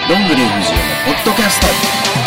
どんぐり藤枝のポッドキャスト。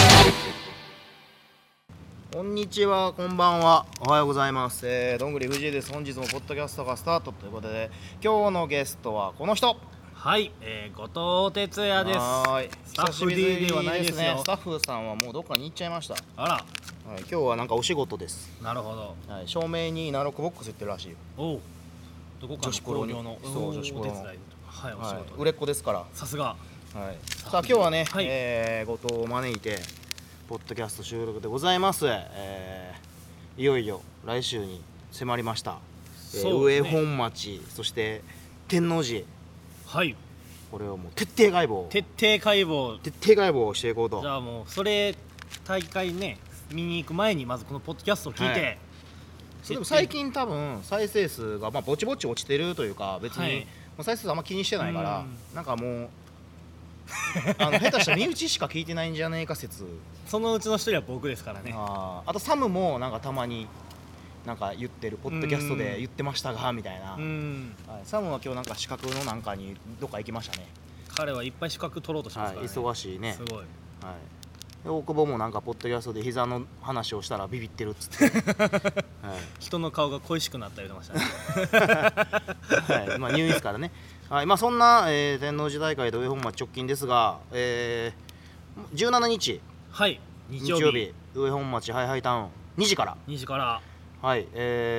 こんにちは、こんばんは、おはようございます。どんぐり藤枝です。本日もポッドキャストがスタートということで、今日のゲストはこの人。 はい、後藤哲也です。 はい、 スタッフ D ではないですよ。 スタッフさんはもうどっかに行っちゃいました。 あら、 はい、今日はなんかお仕事です。 なるほど。 はい、照明にナロックボックス行ってるらしいよ。 おう、どこかの工業のそう女子プロのお手伝い、はい、お仕事、 売れっ子ですから。 さすが。 はい、さあ今日はね、 はい、 後藤を招いてポッドキャスト収録でございます。いよいよ来週に迫りました。上本町、そして天王寺、 はい、 これをもう徹底解剖をしていこうと。 じゃあもうそれ大会ね見に行く前にまずこのポッドキャストを聞いて、はい、 でも最近多分再生数がぼちぼち落ちてるというか、別に、はい、もう再生数あんま気にしてないから、なんかもう下手したら身内しか聞いてないんじゃねえか説。 そのうちの一人は僕ですからね。 あとサムもなんかたまになんか言ってる、ポッドキャストで言ってましたがみたいな。はい、サムは今日なんか資格のなんかにどっか行きましたね。 彼はいっぱい資格取ろうとしますからね。 忙しいね。 すごい。はい。 大久保もなんかポッドキャストで膝の話をしたらビビってるっつって、はい、 人の顔が恋しくなったり言ってましたね。 はい、まあ入院ですからね。はい、まあそんな、天王寺大会と上本町直近ですが、17日、 はい、 日曜日上本町ハイハイタウン2時からはい、もう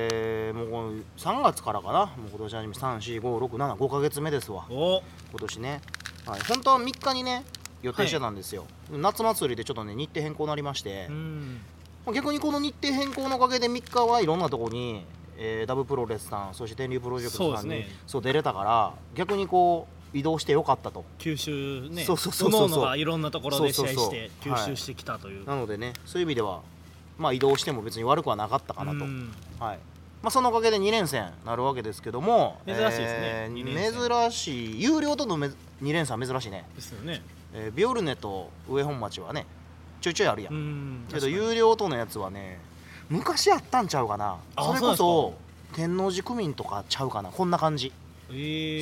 3月からかな、もう今年始め34567 5ヶ月目ですわ今年ね。はい、本当は3日にね予定してたんですよ。はい、夏祭りでちょっとね日程変更になりまして、逆にこの日程変更のおかげで3日はいろんなとこに、ダブプロレスさん、そして天竜プロジェクトさんにそう出れたから、逆にこう移動してよかったと。 九州ね、 そう各々がいろんなところで試合して吸収してきたという、 なのでね、そういう意味ではまあ移動しても別に悪くはなかったかなと。はい、まあそのおかげで2連戦なるわけですけども、 珍しいですね。 珍しい、有料との2連戦は珍しいね。 ですよね。 ビオルネと上本町はねちょいちょいあるやん。けど有料とのやつはね昔あったんちゃうかな。それこそ天王寺区民とかちゃうかな、こんな感じ。そう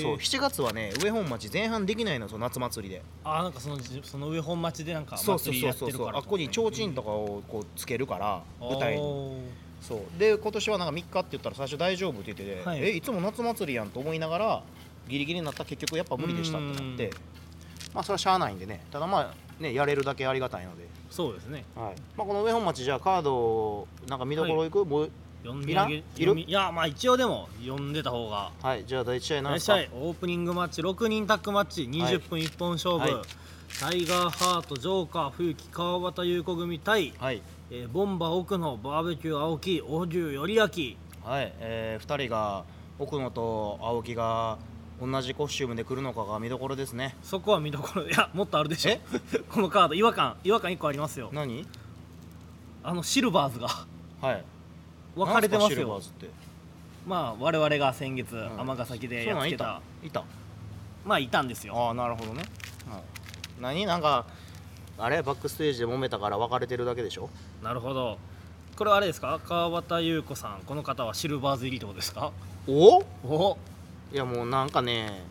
7月はね上本町前半できないの、夏祭りで。 なんかその上本町でなんか祭りやってるから、 あっこに提灯とかをこうつけるから舞台に。そうで今年はなんか3日って言ったら最初大丈夫って言ってて、はい、いつも夏祭りやんと思いながらギリギリになったら結局やっぱ無理でしたってなって、まあそれはしゃあないんでね。ただまあねやれるだけありがたいので。 そうですね。 はい、まあこの上本町じゃあカードなんか見どころいく、もういやまあ一応でも読んでた方が。 はい、じゃあ第1試合何ですか。 オープニングマッチ6人タッグマッチ20分一本勝負、はい、タイガーハートジョーカー冬木川端優子組対、はい、ボンバー奥野バーベキュー青木オデュ頼明。 はい、2人が奥野と青木が同じコスチュームで来るのかが見どころですね。 そこは見どころ。いやもっとあるでしょこのカード違和感1個ありますよ。 何？ シルバーズがはい分かれてますよ。シルバーズって、まあ我々が先月尼崎でやっつけた、まあいたんですよ。 なるほどね。何なんかあれバックステージで揉めたから分かれてるだけでしょ。なるほど。これはあれですか、川端優子さん、この方はシルバーズ入りってことですか。 いやもうなんかね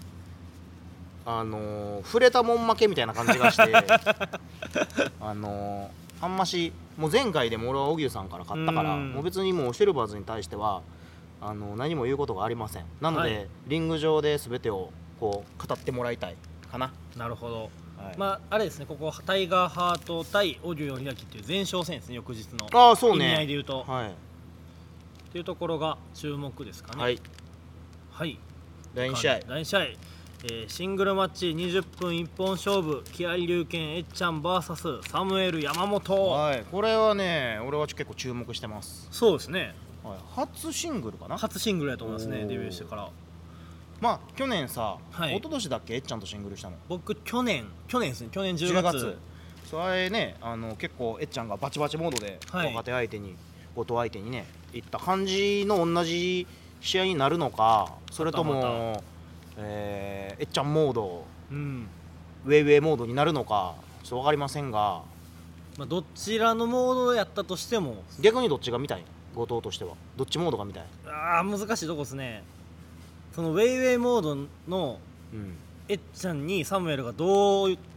触れたもん負けみたいな感じがしてあんましもう前回でも俺は荻生さんから買ったから、もう別にもうシルバーズに対しては何も言うことがありません。なので、はい、リング上で全てをこう語ってもらいたいかな。 なるほど。はい、まああれですね、ここタイガーハート対オデュ頼明っていう前哨戦ですね、翌日の。 そうね、 意味合いでいうと、 はい、 っていうところが注目ですかね。 はい、はい、第2試合、 シングルマッチ20分一本勝負、木有龍拳えっちゃん VS サムエル山本。 はい、これはね俺は結構注目してます。 そうですね、 はい、初シングルかな。 初シングルやと思いますね、デビューしてから。 まあ去年さ、はい、一昨年だっけえっちゃんとシングルしたの。 僕去年ですね、去年10月。 それね結構えっちゃんがバチバチモードで若手相手に、後藤相手にねいった感じの同じ試合になるのか、それともえっちゃんモード、ウェイウェイモードになるのかちょっと分かりませんが、 まあ、どちらのモードやったとしても逆にどっちが見たい、後藤としてはどっちモードが見たい。 難しいとこですね。そのウェイウェイモードのえっちゃんにサムエルがどう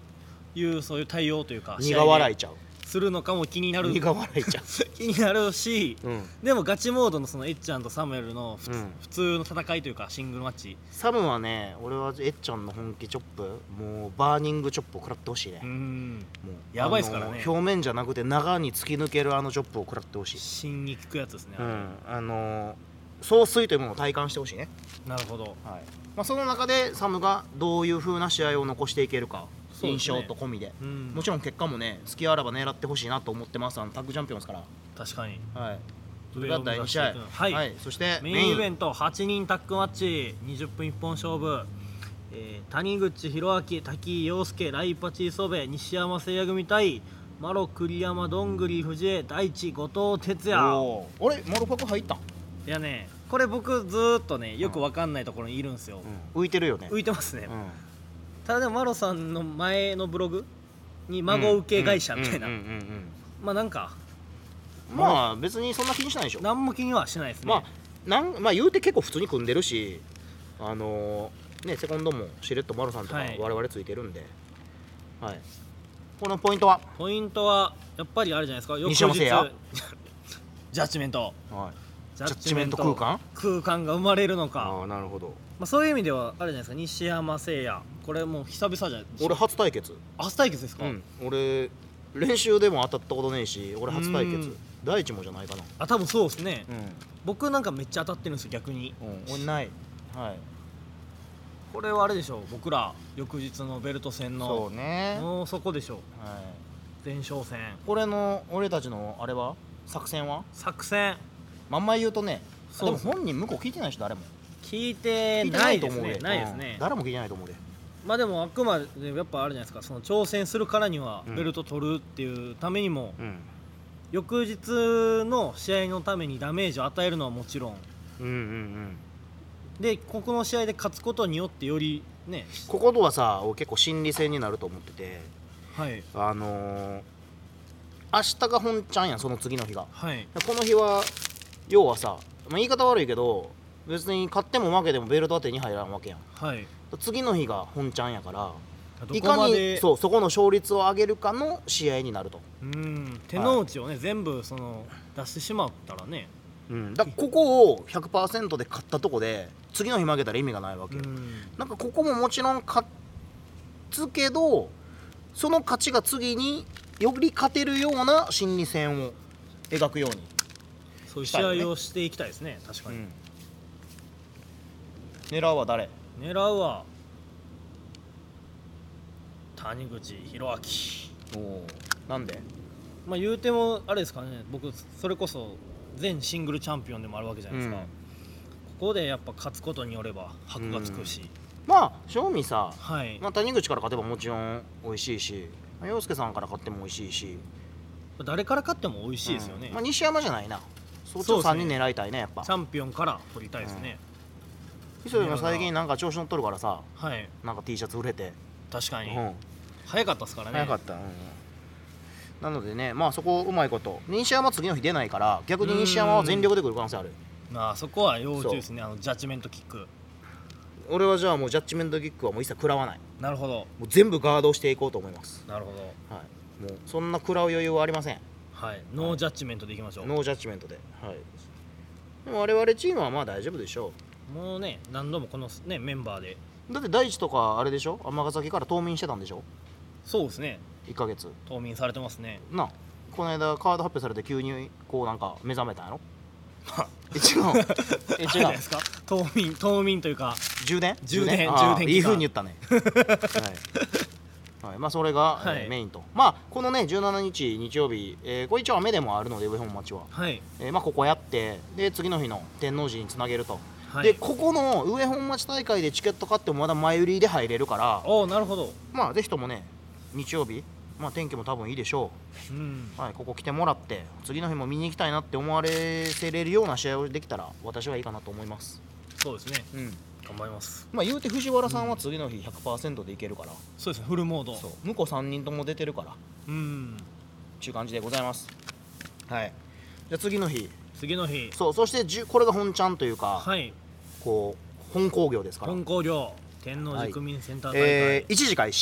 いうそういう対応というか苦笑いちゃうするのかも気になる苦笑いちゃう気になるし、 うん、 でもガチモードのそのエッちゃんとサムエルのうん、 普通の戦いというかシングルマッチ。 サムはね、俺はエッちゃんの本気チョップ、もうバーニングチョップを食らってほしいね。もうやばいですからね。 表面じゃなくて中に突き抜けるあのチョップを食らってほしい。 芯に効くやつですね。 総帥というものを体感してほしいね。 なるほど。 はい、その中でサムがどういう風な試合を残していけるか、印象と込みで、もちろん結果もね、隙あらば狙ってほしいなと思ってます。タッグチャンピオンですから。 確かに。 はい。それが第2試合。はい。そしてメインイベント8人タッグマッチ20分一本勝負。谷口博明、滝井陽介、ライパチ磯部、西山誠也組対マロ栗山どんぐり藤江大地後藤哲也。 あれマロパク入ったん？ いやね、これ僕ずーっとねよく分かんないところにいるんですよ。 浮いてるよね。 浮いてますね。ただでもマロさんの前のブログに孫受け会社みたいな、まあなんかまあ別にそんな気にしないでしょ。 何も気にはしないですね。 まあ言うて結構普通に組んでるし、ね、セコンドもしれっとマロさんとか我々ついてるんで、はい、このポイントはやっぱりあれじゃないですか。 西山誠也ジャッジメント、 ジャッジメント空間が生まれるのか。 なるほど。 そういう意味ではあれじゃないですか。西山誠也これもう久々じゃないですか。 俺初対決ですか？ 俺練習でも当たったことねえし、俺初対決第一もじゃないかな。 多分そうですね。僕なんかめっちゃ当たってるんですよ逆に。 俺ない。はい。 これはあれでしょう。僕ら翌日のベルト戦のそうね、 もうそこでしょう。前哨戦。 これの俺たちのあれは作戦まんま言うとね、でも本人向こう聞いてない人誰も聞いてないですね。ないですね。 誰も聞いてないと思うで。 まあでもあくまでやっぱあるじゃないですか。その挑戦するからにはベルト取るっていうためにも、翌日の試合のためにダメージを与えるのはもちろん、でここの試合で勝つことによってよりね、 こことはさ結構心理戦になると思ってて、明日が本ちゃんやん、その次の日が、この日は要はさ、言い方悪いけど別に勝っても負けてもベルトは手に入らんわけやん、次の日が本ちゃんやから、いかにそこの勝率を上げるかの試合になると。 手の内をね、全部その出してしまったらね、 だからここを 100% で勝ったとこで次の日負けたら意味がないわけ。なんかここももちろん勝つけど、その勝ちが次により勝てるような心理戦を描くように、 そういう試合をしていきたいですね。確かに、 狙うは誰？ 狙うは谷口博明。 なんで？ 言うてもあれですかね、僕それこそ全シングルチャンピオンでもあるわけじゃないですか、ここでやっぱ勝つことによれば箔がつくし、 正味さ、谷口から勝てばもちろん美味しいし、陽介さんから勝っても美味しいし、 誰から勝っても美味しいですよね。 西山じゃないな、そっちを3人狙いたいね。やっぱチャンピオンから取りたいですね。 磯部も最近なんか調子乗っとるからさ、なんか T シャツ売れて、 確かに、早かったですからね。 早かった、なのでね、そこうまいこと、西山次の日出ないから、逆に西山は全力で来る可能性ある。 そこは要注意ですね。ジャッジメントキック。 俺はじゃあもうジャッジメントキックはもう一切食らわない。 なるほど。 もう全部ガードしていこうと思います。 なるほど。 もうそんな食らう余裕はありません。 ノージャッジメントでいきましょう。 ノージャッジメントで。でも我々チームはまあ大丈夫でしょう。もうね、何度もこのねメンバーで。 だって大地とかあれでしょ、尼崎から冬眠してたんでしょ。 そうですね。 1ヶ月冬眠されてますね。 この間カード発表されて急にこうなんか目覚めたんやろ。違うですか。冬眠というか充電いい風に言ったね。それがメインと、このね17日日曜日、これ一応雨でもあるので上本町は、ここやってで次の日の天王寺につなげると。でここの上本町大会でチケット買ってもまだ前売りで入れるから、 なるほど。 ぜひともね日曜日、天気も多分いいでしょう、ここ来てもらって次の日も見に行きたいなって思われせれるような試合をできたら私はいいかなと思います。 そうですね、頑張ります。 言うて藤原さんは次の日 100% でいけるから、 そうですね、フルモード。 向こう3人とも出てるからっていう感じでございます。じゃあ次の日、そしてこれが本ちゃんというか、こう本興行ですから。 本興行天王寺区民センター大会、 1時開始。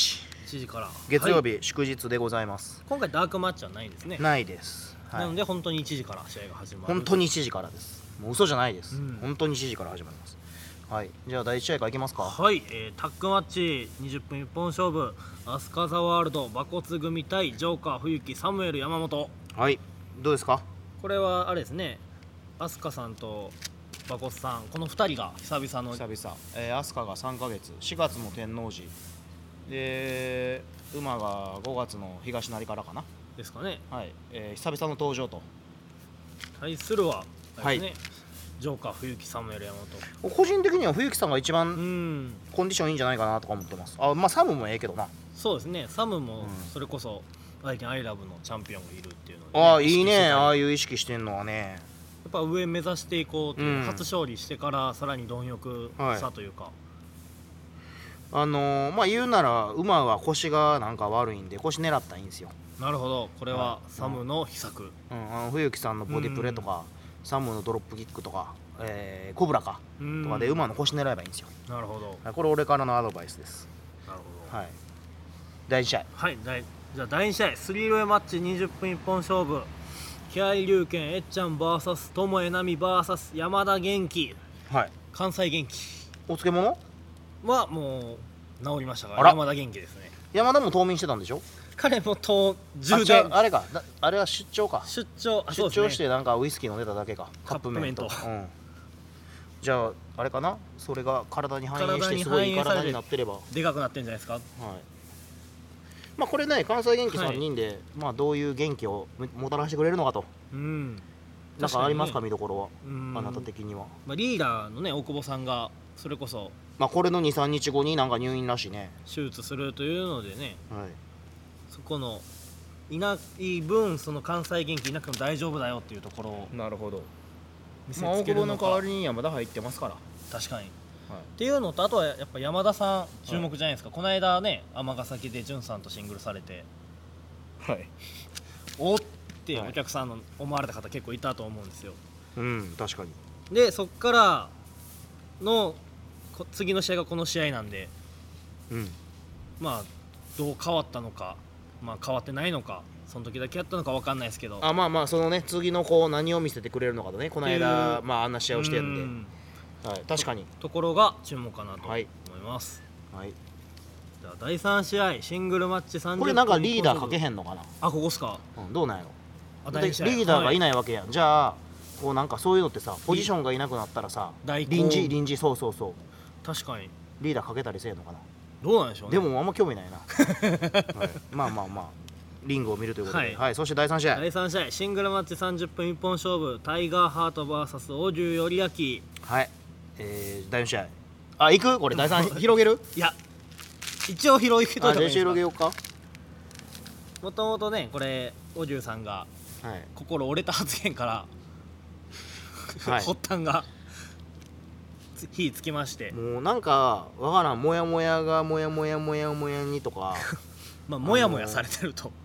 7時から月曜日、 はい、 祝日でございます。 今回ダークマッチはないですね。 ないです、 はい、なので本当に1時から試合が始まる。 本当に1時からです。もう嘘じゃないです、本当に1時から始まります。はい、じゃあ第1試合からいきますか。 はい、タッグマッチ20分一本勝負、アスカザワールド馬骨組対ジョーカー冬木サムエル山本。 はい、どうですか。 これはあれですね、アスカさんと馬骨さん、この2人が久々のアスカが3ヶ月、4月の天王寺で、馬が5月の東成からかなですかね。 はい、久々の登場と。 対するはあれですね、 はい、 ジョーカー冬木サムエル山本。 個人的には冬木さんが一番コンディションいいんじゃないかなとか思ってます。まあサムもええけどな。 そうですね、サムもそれこそ最近アイラブのチャンピオンがいるっていうので、 ね、いいね、ああいう意識してんのはね。 やっぱ上目指していこうという、初勝利してからさらに貪欲さというか、 まあ言うなら馬は腰がなんか悪いんで腰狙ったらいいんですよ。 なるほど、これはサムの秘策。 冬木さんのボディプレとか、サムのドロップキックとか、コブラかとかで馬の腰狙えばいいんですよ。 なるほど、 これ俺からのアドバイスです。 なるほど。 はい、第2試合。 はい、じゃあ第2試合、スリーウェイマッチ20分一本勝負、気合龍拳えっちゃん VS 友江波 VS 山田元気。 はい、 関西元気お漬物はもう治りましたから山田元気ですね。 山田も冬眠してたんでしょ。 彼も充電、 あれか、あれは出張か。 出張してなんかウイスキー飲んでただけか。カップ麺と、じゃああれかな、それが体に反映してすごい体になってればでかくなってんじゃないですか。はい、 まあこれね、関西元気3人で、まあどういう元気をもたらしてくれるのかと、なんかありますか、見どころは。あなた的には。 まあリーダーのね、大久保さんがそれこそまあこれの 2,3 日後になんか入院らしいね。 手術するというのでね、 はい、 そこのいない分、その関西元気いなくても大丈夫だよっていうところを。 なるほど。 見せつけるのか。 大久保の代わりに山田入ってますから。 確かに、っていうのと、あとはやっぱ山田さん注目じゃないですか。この間ね、尼崎で潤さんとシングルされて、 はい、 おってお客さんの思われた方結構いたと思うんですよ。 確かに。 でそっからの次の試合がこの試合なんで、まあどう変わったのか、まあ変わってないのか、その時だけやったのか分かんないですけど、 まあそのね、次のこう何を見せてくれるのかとね、この間まああんな試合をしてるんで、はい、確かにところが注目かなと思います。 はい、 じゃあ第3試合、シングルマッチ30分。 これなんかリーダーかけへんのかな。 ここっすか。 どうなんやろ。 リーダーがいないわけやん。じゃあこうなんかそういうのってさ、ポジションがいなくなったらさ、臨時そう確かにリーダーかけたりせえんのかな。 どうなんでしょうね。 でもあんま興味ないな。まあリングを見るということで、はい、そして第3試合、 シングルマッチ30分一本勝負、タイガーハート VS オジュ頼明。 はい、第4試合。行くこれ第3広げる。 いや、一応広げといた方がいいですか。 広げようか。 もともとね、これオジュさんが心折れた発言から発端が火つきまして、 もうなんかわからん、モヤモヤがモヤモヤにとかまあモヤモヤされてると、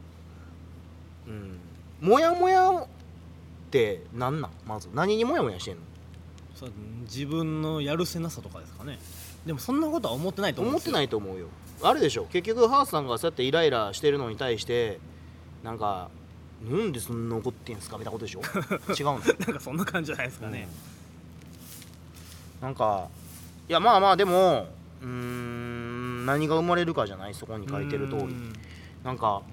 モヤモヤってなんなん。まず何にモヤモヤしてんの。 自分のやるせなさとかですかね。でもそんなことは思ってないと思うんですよ。 思ってないと思うよ。あれでしょ、結局ハースさんがそうやってイライラしてるのに対してなんかなんでそんな怒ってんすかみたいなことでしょ。違うの。 なんかそんな感じじゃないですかね。 なんかいやまあでも何が生まれるかじゃない。そこに書いてる通りなんか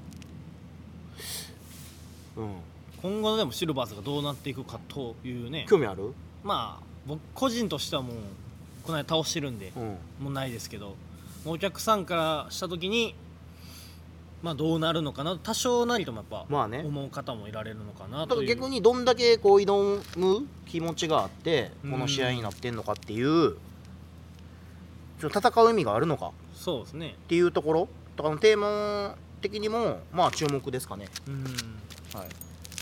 今後のでもシルバーズがどうなっていくかというね、 興味ある。 まあ僕個人としてはもうこの間倒してるんで、もうないですけど、お客さんからした時にまあどうなるのかな、多少なりともやっぱ思う方もいられるのかなという。 だから逆にどんだけこう挑む気持ちがあってこの試合になってんのかっていう、戦う意味があるのか、 そうですねっていうところとかのテーマ的にもまあ注目ですかね。はい、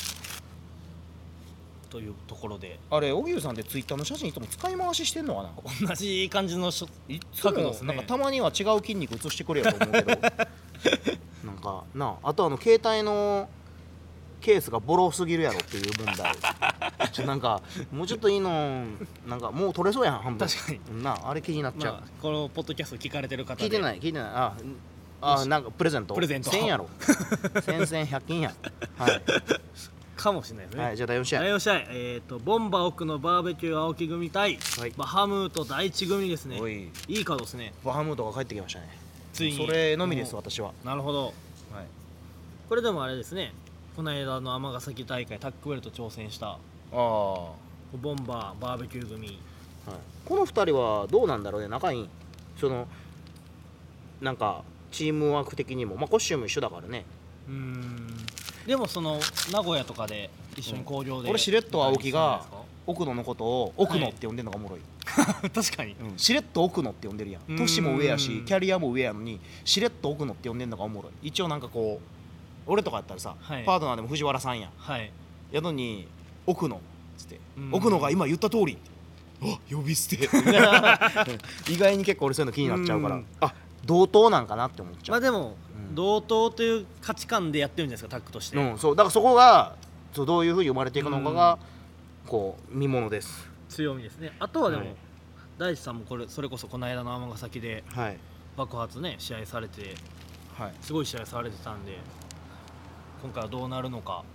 というところで、 あれ荻生さんってツイッターの写真いつも使い回ししてんのかな。 同じ感じの角度ですね。なんかたまには違う筋肉映してくれよと思うけどなんかあと携帯のケースがボロすぎるやろっていう問題なんかもうちょっといいのなんかもう取れそうやん半分。 確かにあれ気になっちゃう。 このポッドキャスト聞かれてる方で聞いてないなんかプレゼント1000やろ1100均やはいかもしれないですね。 はい、じゃあ第4試合第4試合、ボンバ奥のバーベキュー青木組対、 はい、 バハムート第一組ですね。いいカードですね。 バハムートが帰ってきましたね。 ついにそれのみです私は。 なるほど、 はい、 これでもあれですね、この間の尼崎大会タックベルト挑戦したボンバーバーベキュー組、はい、 この2人はどうなんだろうね、仲いい。そのなんかチームワーク的にも、まあ、コスチューム一緒だからね。 でもその名古屋とかで一緒に興行で、 俺しれっと青木が奥野のことを奥野って呼んでるのがおもろい。 確かに、 しれっと奥野って呼んでるやん。年も上やしキャリアも上やのにしれっと奥野って呼んでるのがおもろい。一応なんかこう俺とかやったらさ、パートナーでも藤原さんやん、やのに奥野っつって、奥野が今言った通り呼び捨て意外に結構俺そういうの気になっちゃうから、同等なんかなって思っちゃう。 まあでも、同等という価値観でやってるんじゃないですか、タッグとして。 そうだからそこがどういうふうに生まれていくのかがこう見ものです。 強みですね。あとはでも、大地さんもそれこそこの間の尼崎で爆発ね試合されて、すごい試合されてたんで、今回はどうなるのか。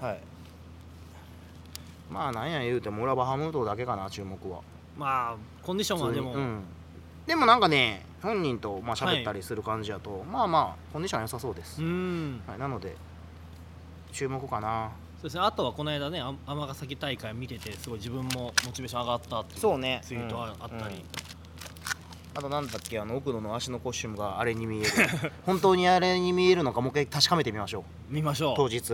まあなんや言うても俺はバハムートだけかな、注目は。まあコンディションはでも、 でもなんかね本人とまあ喋ったりする感じやと、まあまあコンディション良さそうです。なので注目かな。 そうですね。あとはこの間ね尼崎大会見ててすごい自分もモチベーション上がったっていうツイートあったり、 あとなんだっけ、奥野の足のコスチュームがあれに見える本当にあれに見えるのかもう一回確かめてみましょう当日。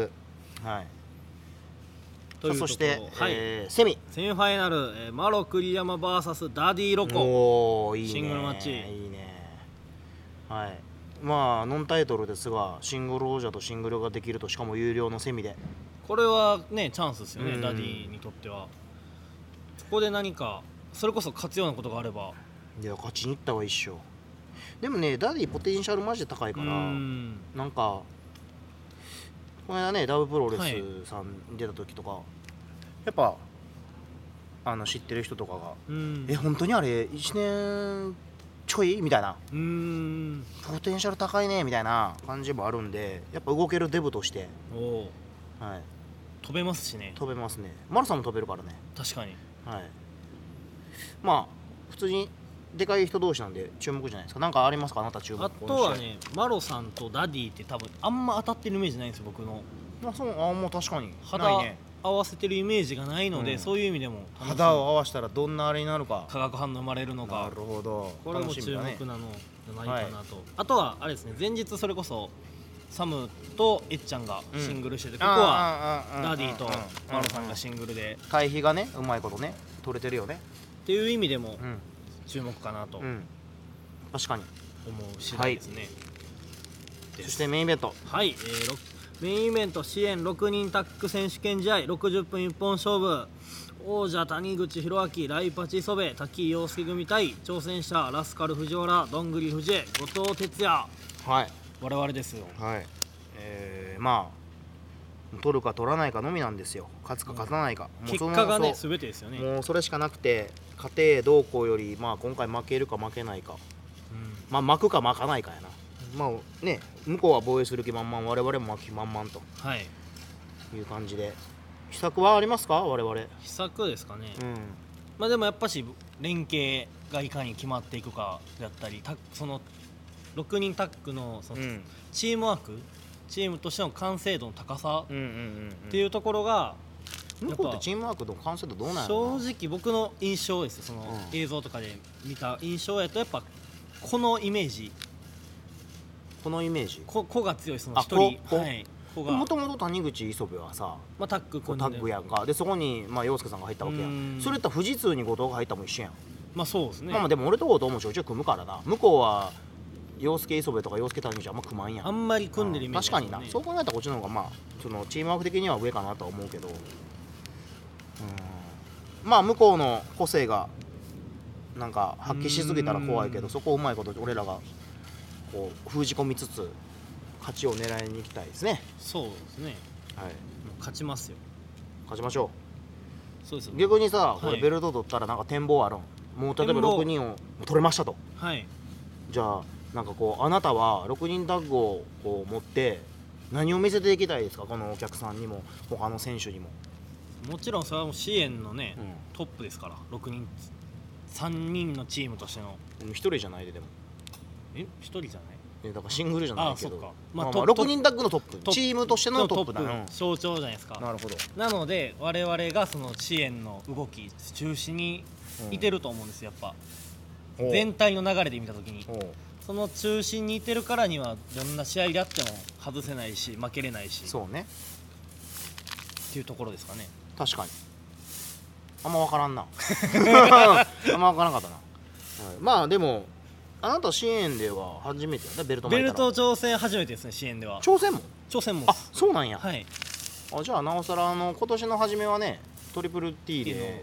そしてセミファイナル、マロ栗山 VS ダディロコシングルマッチ。 いいね。はい、まあノンタイトルですがシングル王者とシングルができると、しかも有料のセミで、 これはねチャンスですよね、ダディにとっては。そこで何かそれこそ勝つようなことがあれば、 いや勝ちに行った方がいいっしょ。でもねダディポテンシャルマジで高いから、なんかこの間ねダブプロレスさん出た時とか、やっぱ知ってる人とかが本当にあれ1年ちょいみたいな、ポテンシャル高いねみたいな感じもあるんで、やっぱ動けるデブとして飛べますしね。 飛べますね。マルさんも飛べるからね。 確かに。 まあ普通にでかい人同士なんで注目じゃないですか。なんかありますか、あなた注目。 あとはねマロさんとダディって多分あんま当たってるイメージないんですよ僕の。 もう確かに肌合わせてるイメージがないので、そういう意味でも肌を合わせたらどんなあれになるか、 化学反応生まれるのか。 なるほど、 これも注目なのじゃないかなと。あとはあれですね、前日それこそサムとエッちゃんがシングルしてて、ここはダディとマロさんがシングルで対比がねうまいことね取れてるよねっていう意味でも注目かなと確かに思う次第ですね。 そしてメインイベント、 メインイベント支援6人タッグ選手権試合60分一本勝負、王者谷口博明ライパチ磯部滝井陽介組対挑戦者ラスカル藤原どんぐり藤江後藤哲也、我々ですよ。 まあ取るか取らないかのみなんですよ。勝つか勝たないか、 結果がね全てですよね。 もうそれしかなくて、過程どうこうより、まあ今回負けるか負けないか、まあ負くか負かないかやな。まあね、向こうは防衛する気満々、我々も負く気満々という感じで、秘策はありますか我々。 秘策ですかね。まあでもやっぱし連携がいかに決まっていくかだったり、その6人タッグのそのチームワーク、チームとしての完成度の高さっていうところが、 向こうってチームワークの完成度どうなんやろな。 正直僕の印象ですよ、その映像とかで見た印象やと、やっぱこのイメージ、子が強い、その一人、 もともと谷口磯部はさ、 タッグやんか。でそこに陽介さんが入ったわけやん。それって富士通に後藤が入ったも一緒やん。 まあそうですね。 まあでも俺と後藤もちょいちょい組むからな。向こうは陽介磯部とか陽介谷口はあんま組まんやん。 あんまり組んでるイメージ、 確かにな。そう考えたらこっちの方がまあそのチームワーク的には上かなとは思うけど、まあ向こうの個性がなんか発揮しすぎたら怖いけど、そこをうまいこと俺らがこう封じ込みつつ勝ちを狙いに行きたいですね。 そうですね。もう勝ちますよ。 勝ちましょう。そうですよ。 逆にさ、これベルト取ったらなんか展望あるん。もう例えば6人を取れましたと。じゃあなんかこうあなたは6人タッグをこう持って何を見せていきたいですか、このお客さんにも他の選手にも。 もちろんそれはもう支援のね、トップですから。6人3人のチームとしての。 1人じゃないで、でも 1人じゃない、 だからシングルじゃないけど、 6 人タッグのトップ、チームとしてのトップだ、 象徴じゃないですか。 なるほど。 なので我々がその支援の動き中心にいてると思うんですよ、やっぱ全体の流れで見た時に。その中心にいてるからにはどんな試合であっても外せないし負けれないし、 そうねっていうところですかね。 確かにあんま分からんなあんま分からなかったな、まあでもあなた支援では初めてやね、ベルト巻いたら。 ベルト挑戦初めてですね、支援では。 挑戦もあ、 そうなんや。 はい。 じゃあなおさら今年の初めはねトリプル T で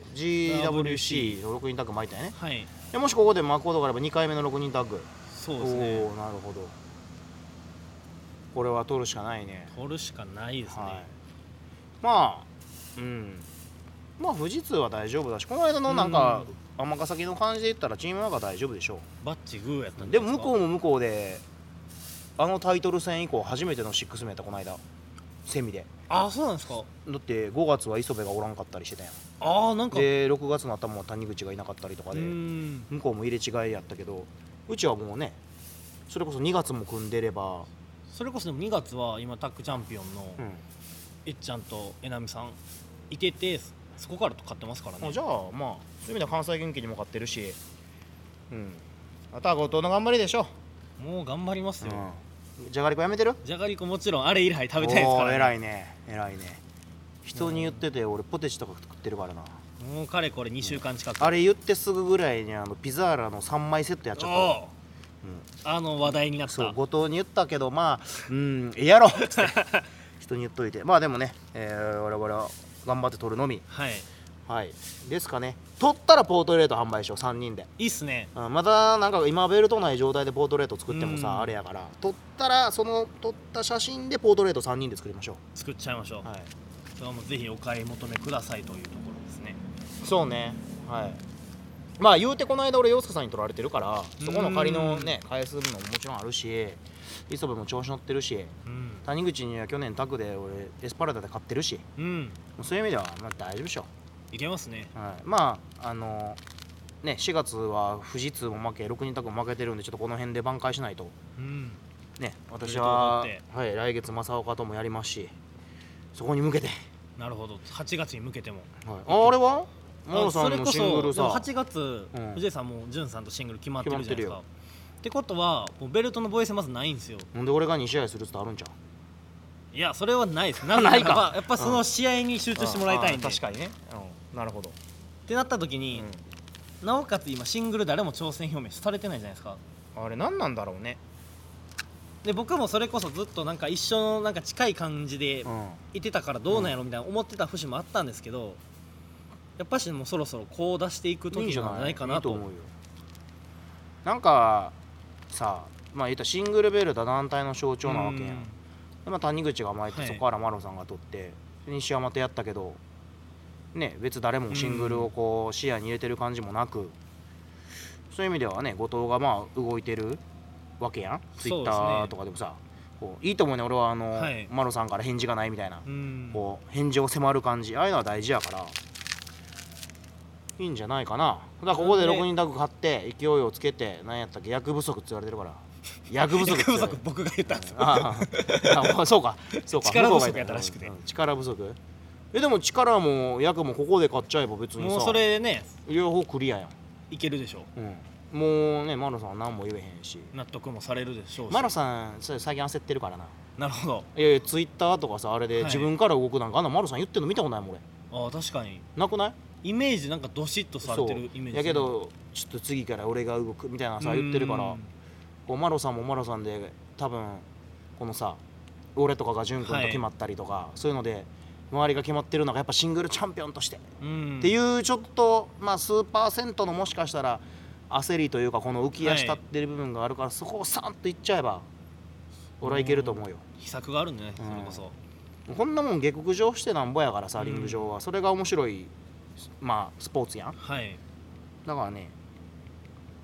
GWC の6人タッグ巻いたよね。 はい。 もしここで巻くことがあれば2回目の6人タッグ。 そうですね。 なるほど。これは取るしかないね。 取るしかないですね。 まあ富士通は大丈夫だし、この間のなんか尼崎の感じで言ったらチームなんか大丈夫でしょう。 バッチグーやったんでも向こうも向こうでタイトル戦以降初めての6メーターこの間セミで。 あ、そうなんですか。 だって5月は磯部がおらんかったりしてたやん。 なんかで6月の頭は谷口がいなかったりとかで向こうも入れ違いやったけど、うちはもうねそれこそ2月も組んでれば。 それこそでも2月は今タッグチャンピオンのえっちゃんとえなみさんいてて、そこから勝ってますからね。 じゃあまあそういう意味では関西元気にも勝ってるし、あとは後藤の頑張りでしょ。 もう頑張りますよ。 じゃがりこやめてる？ じゃがりこもちろんあれ以来食べたいですからね。 偉いね偉いね。人に言ってて俺ポテチとか作ってるからな。 もうかれこれ2週間近く。 あれ言ってすぐぐらいにピザーラの3枚セットやっちゃった。 話題になった。 そう後藤に言ったけどまあやろって人に言っといて、まあでもね、我々は頑張って取るのみ。はいですかね。取ったらポートレート販売しよう3人で。 いいっすね。 またなんか今ベルトない状態でポートレート作ってもさあれやから、取ったらその撮った写真でポートレート3人で作りましょう。 作っちゃいましょう。それはもうぜひお買い求めくださいというところですね。 そうね。まあ言うてこの間俺洋介さんに取られてるからそこの借りのね返すのももちろんあるし、磯部も調子乗ってるし、谷口には去年タクで俺エスパルダで勝ってるし、そういう意味ではまあ大丈夫でしょ。 いけますね。 まあね4月は富士通も負け6人タクも負けてるんでちょっとこの辺で挽回しないと。ね私は来月正岡ともやりますし、そこに向けて。 なるほど。8月に向けても。 あれはマロさんのシングルさ、 8月藤井さんも潤さんとシングル決まってるじゃないですか。ってことはもうベルトの防衛戦まずないんですよ。 なんで俺が2試合するってあるんじゃん。 いやそれはないです。 ないか。 やっぱその試合に集中してもらいたいんで。 確かにね。なるほど。 ってなった時に、なおかつ今シングル誰も挑戦表明されてないじゃないですか。 あれ何なんだろうね。 で僕もそれこそずっとなんか一緒のなんか近い感じでいてたからどうなんやろみたいな思ってた節もあったんですけど、やっぱしもうそろそろこう出していく時なんじゃないかなと。 いい思うよ。なんかさまあ言ったらシングルベルト団体の象徴なわけやん。で谷口が巻いてそこからマロさんが取って西山とやったけどね、別誰もシングルをこう視野に入れてる感じもなく、そういう意味ではね後藤がまあ動いてるわけやん。ツイッターとかでもさこういいと思うね。俺はマロさんから返事がないみたいなこう返事を迫る感じ、ああいうのは大事やからいいんじゃないかな。だからここで6人タッグ買って勢いをつけて何やったっけ役不足って言われてるから。役不足僕が言ったんですよ。 そうか力不足やったらしくて。 力不足。でも力も役もここで買っちゃえば別にさもうそれでね両方クリアやん。 いけるでしょ。 もうねマロさんは何も言えへんし納得もされるでしょうし。 マロさん最近焦ってるからな。 なるほど。 いやツイッターとかさあれで自分から動くなんかあんなマロさん言ってんの見たことないもん俺。確かになくない？ イメージなんかドシッとされてるイメージ。 やけどちょっと次から俺が動くみたいなさ言ってるから、こうマロさんもマロさんで多分このさ俺とかが潤君と決まったりとか、そういうので周りが決まってるのがやっぱシングルチャンピオンとしてっていうちょっとまあ数パーセントのもしかしたら焦りというかこの浮き足立ってる部分があるから、そこをサンといっちゃえば俺はいけると思うよ。 秘策があるんでね、それこそ。 こんなもん下克上してなんぼやからさリング上はそれが面白いまあスポーツやん。だからね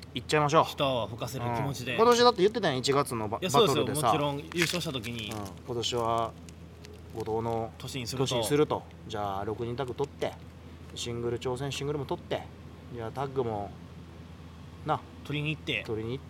いっちゃいましょう。 一泡吹かせる気持ちで、 今年だって言ってたやん、1月のバトルでさ。 そうですよ、もちろん優勝した時に、 今年は後藤の年にすると、じゃあ6人タッグ取ってシングル挑戦、シングルも取って、じゃあタッグもな取りに行って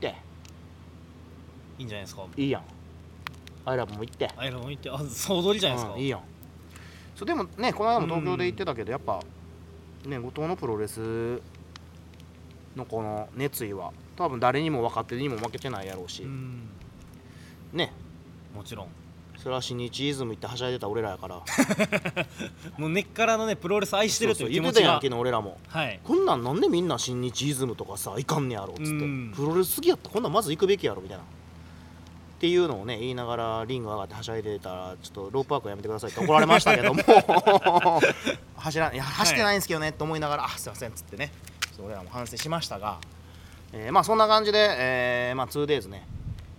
いいんじゃないですか。 いいやん。アイラブも行って、 あ、総取りじゃないですか。 いいやん。そうでもね、この間も東京で行ってたけど、やっぱね、後藤のプロレスのこの熱意は多分誰にも若手にも負けてないやろうし、ね、 もちろんそれは新日イズム行ってはしゃいでた俺らやからもう根っからのねプロレス愛してるという気持ちが。 言ってたやんけの俺らも、 はい、 こんなんなんでみんな新日イズムとかさいかんねやろっつって、プロレス好きやったらこんなんまず行くべきやろみたいなっていうのをね言いながらリング上がってはしゃいでたら、ちょっとロープワークやめてくださいって怒られましたけども走ってないんですけどねって思いながら、あ、すいませんっつってね、俺らも反省しましたが、まあそんな感じで、まあ 2days ね、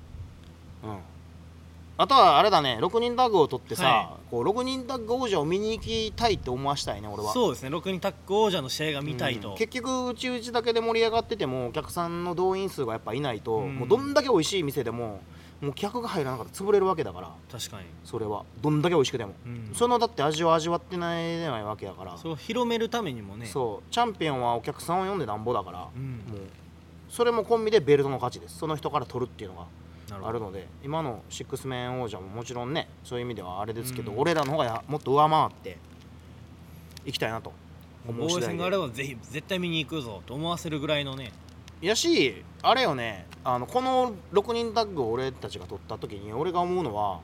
あとはあれだね、6人タッグを取ってさ、こう6人タッグ王者を見に行きたいって思わしたいね、俺は。 そうですね、6人タッグ王者の試合が見たいと、 結局うちうちだけで盛り上がっててもお客さんの動員数がやっぱいないと、もうどんだけ美味しい店でももう客が入らなかったら潰れるわけだから。 確かにそれはどんだけ美味しくても、そのだって味を味わってないわけやから、 そう広めるためにもね、 そうチャンピオンはお客さんを呼んでなんぼだから、もうそれもコンビでベルトの価値です。その人から取るっていうのがあるので、今のシックスメン王者ももちろんねそういう意味ではあれですけど、俺らの方がもっと上回っていきたいなと思う次第で、 防衛戦があればぜひ絶対見に行くぞと思わせるぐらいのね。 やし、あれよね、この6人タッグを俺たちが取った時に俺が思うのは、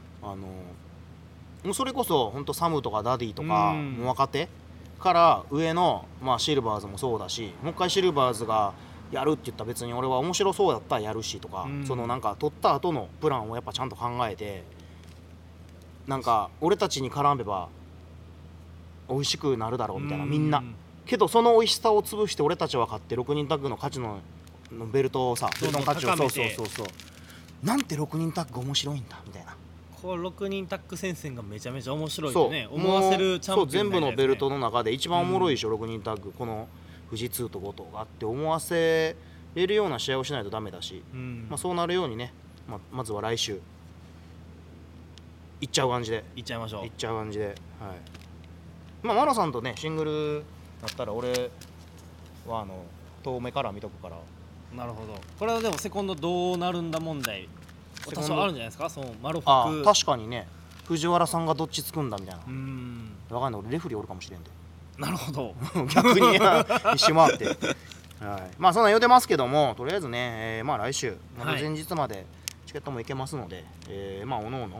もうそれこそ本当サムとかダディとか、もう若手から上の、まあ、シルバーズもそうだし、もう一回シルバーズがやるって言ったら別に俺は面白そうだったらやるしとか、そのなんか取った後のプランをやっぱちゃんと考えて、なんか俺たちに絡めば美味しくなるだろうみたいな、みんなけどその美味しさを潰して俺たちは勝って6人タッグの価値のベルトをさ、ベルトの価値をそうなんて6人タッグ面白いんだみたいな、 こう6人タッグ戦線がめちゃめちゃ面白いってね思わせるチャンピオン、 全部のベルトの中で一番おもろいでしょ、6人タッグ、この富士通と後藤がって思わせれるような試合をしないとダメだし、まあそうなるようにね、まずは来週いっちゃう感じでいっちゃいましょう。 いっちゃう感じで、はい。まあマロさんとねシングルだったら俺は遠目から見とくから。 なるほど。これはでもセコンドどうなるんだ問題多少あるんじゃないですか。そのマロファク、 確かにね、藤原さんがどっちつくんだみたいな、分かんない、俺レフリーおるかもしれんで。 なるほど逆に一周回って、はい、まあそんなん言うてますけども、とりあえずね、まあ来週また前日までチケットもいけますので、まあおのおの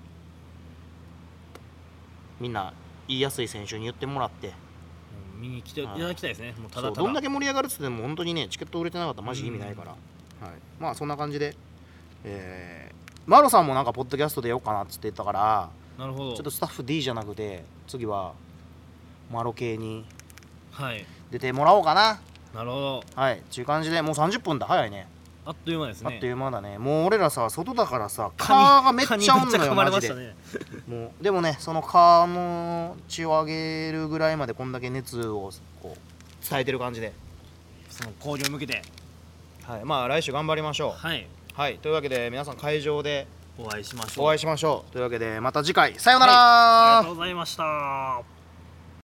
みんな言いやすい選手に言ってもらって、 見に来ていただきたいですね。もうただただどんだけ盛り上がるっつっても本当にねチケット売れてなかったらマジ意味ないから、はい、まあそんな感じで、マロさんもなんかポッドキャストでようかなっつって言ったから、 なるほど、 ちょっとスタッフ D じゃなくて次はマロ系に出てもらおうかな。 なるほど、 はい、っていう感じでもう30分だ。早いね、 あっという間ですね。 あっという間だね。もう俺らさ外だからさ蚊がめっちゃおんのよマジで、もうでもねその蚊の血を上げるぐらいまでこんだけ熱をこう伝えてる感じで、 その交流向けて、 はい、まあ来週頑張りましょう。 はい、 はい、というわけで皆さん会場でお会いしましょう。 というわけでまた次回さようなら、 はい、ありがとうございました。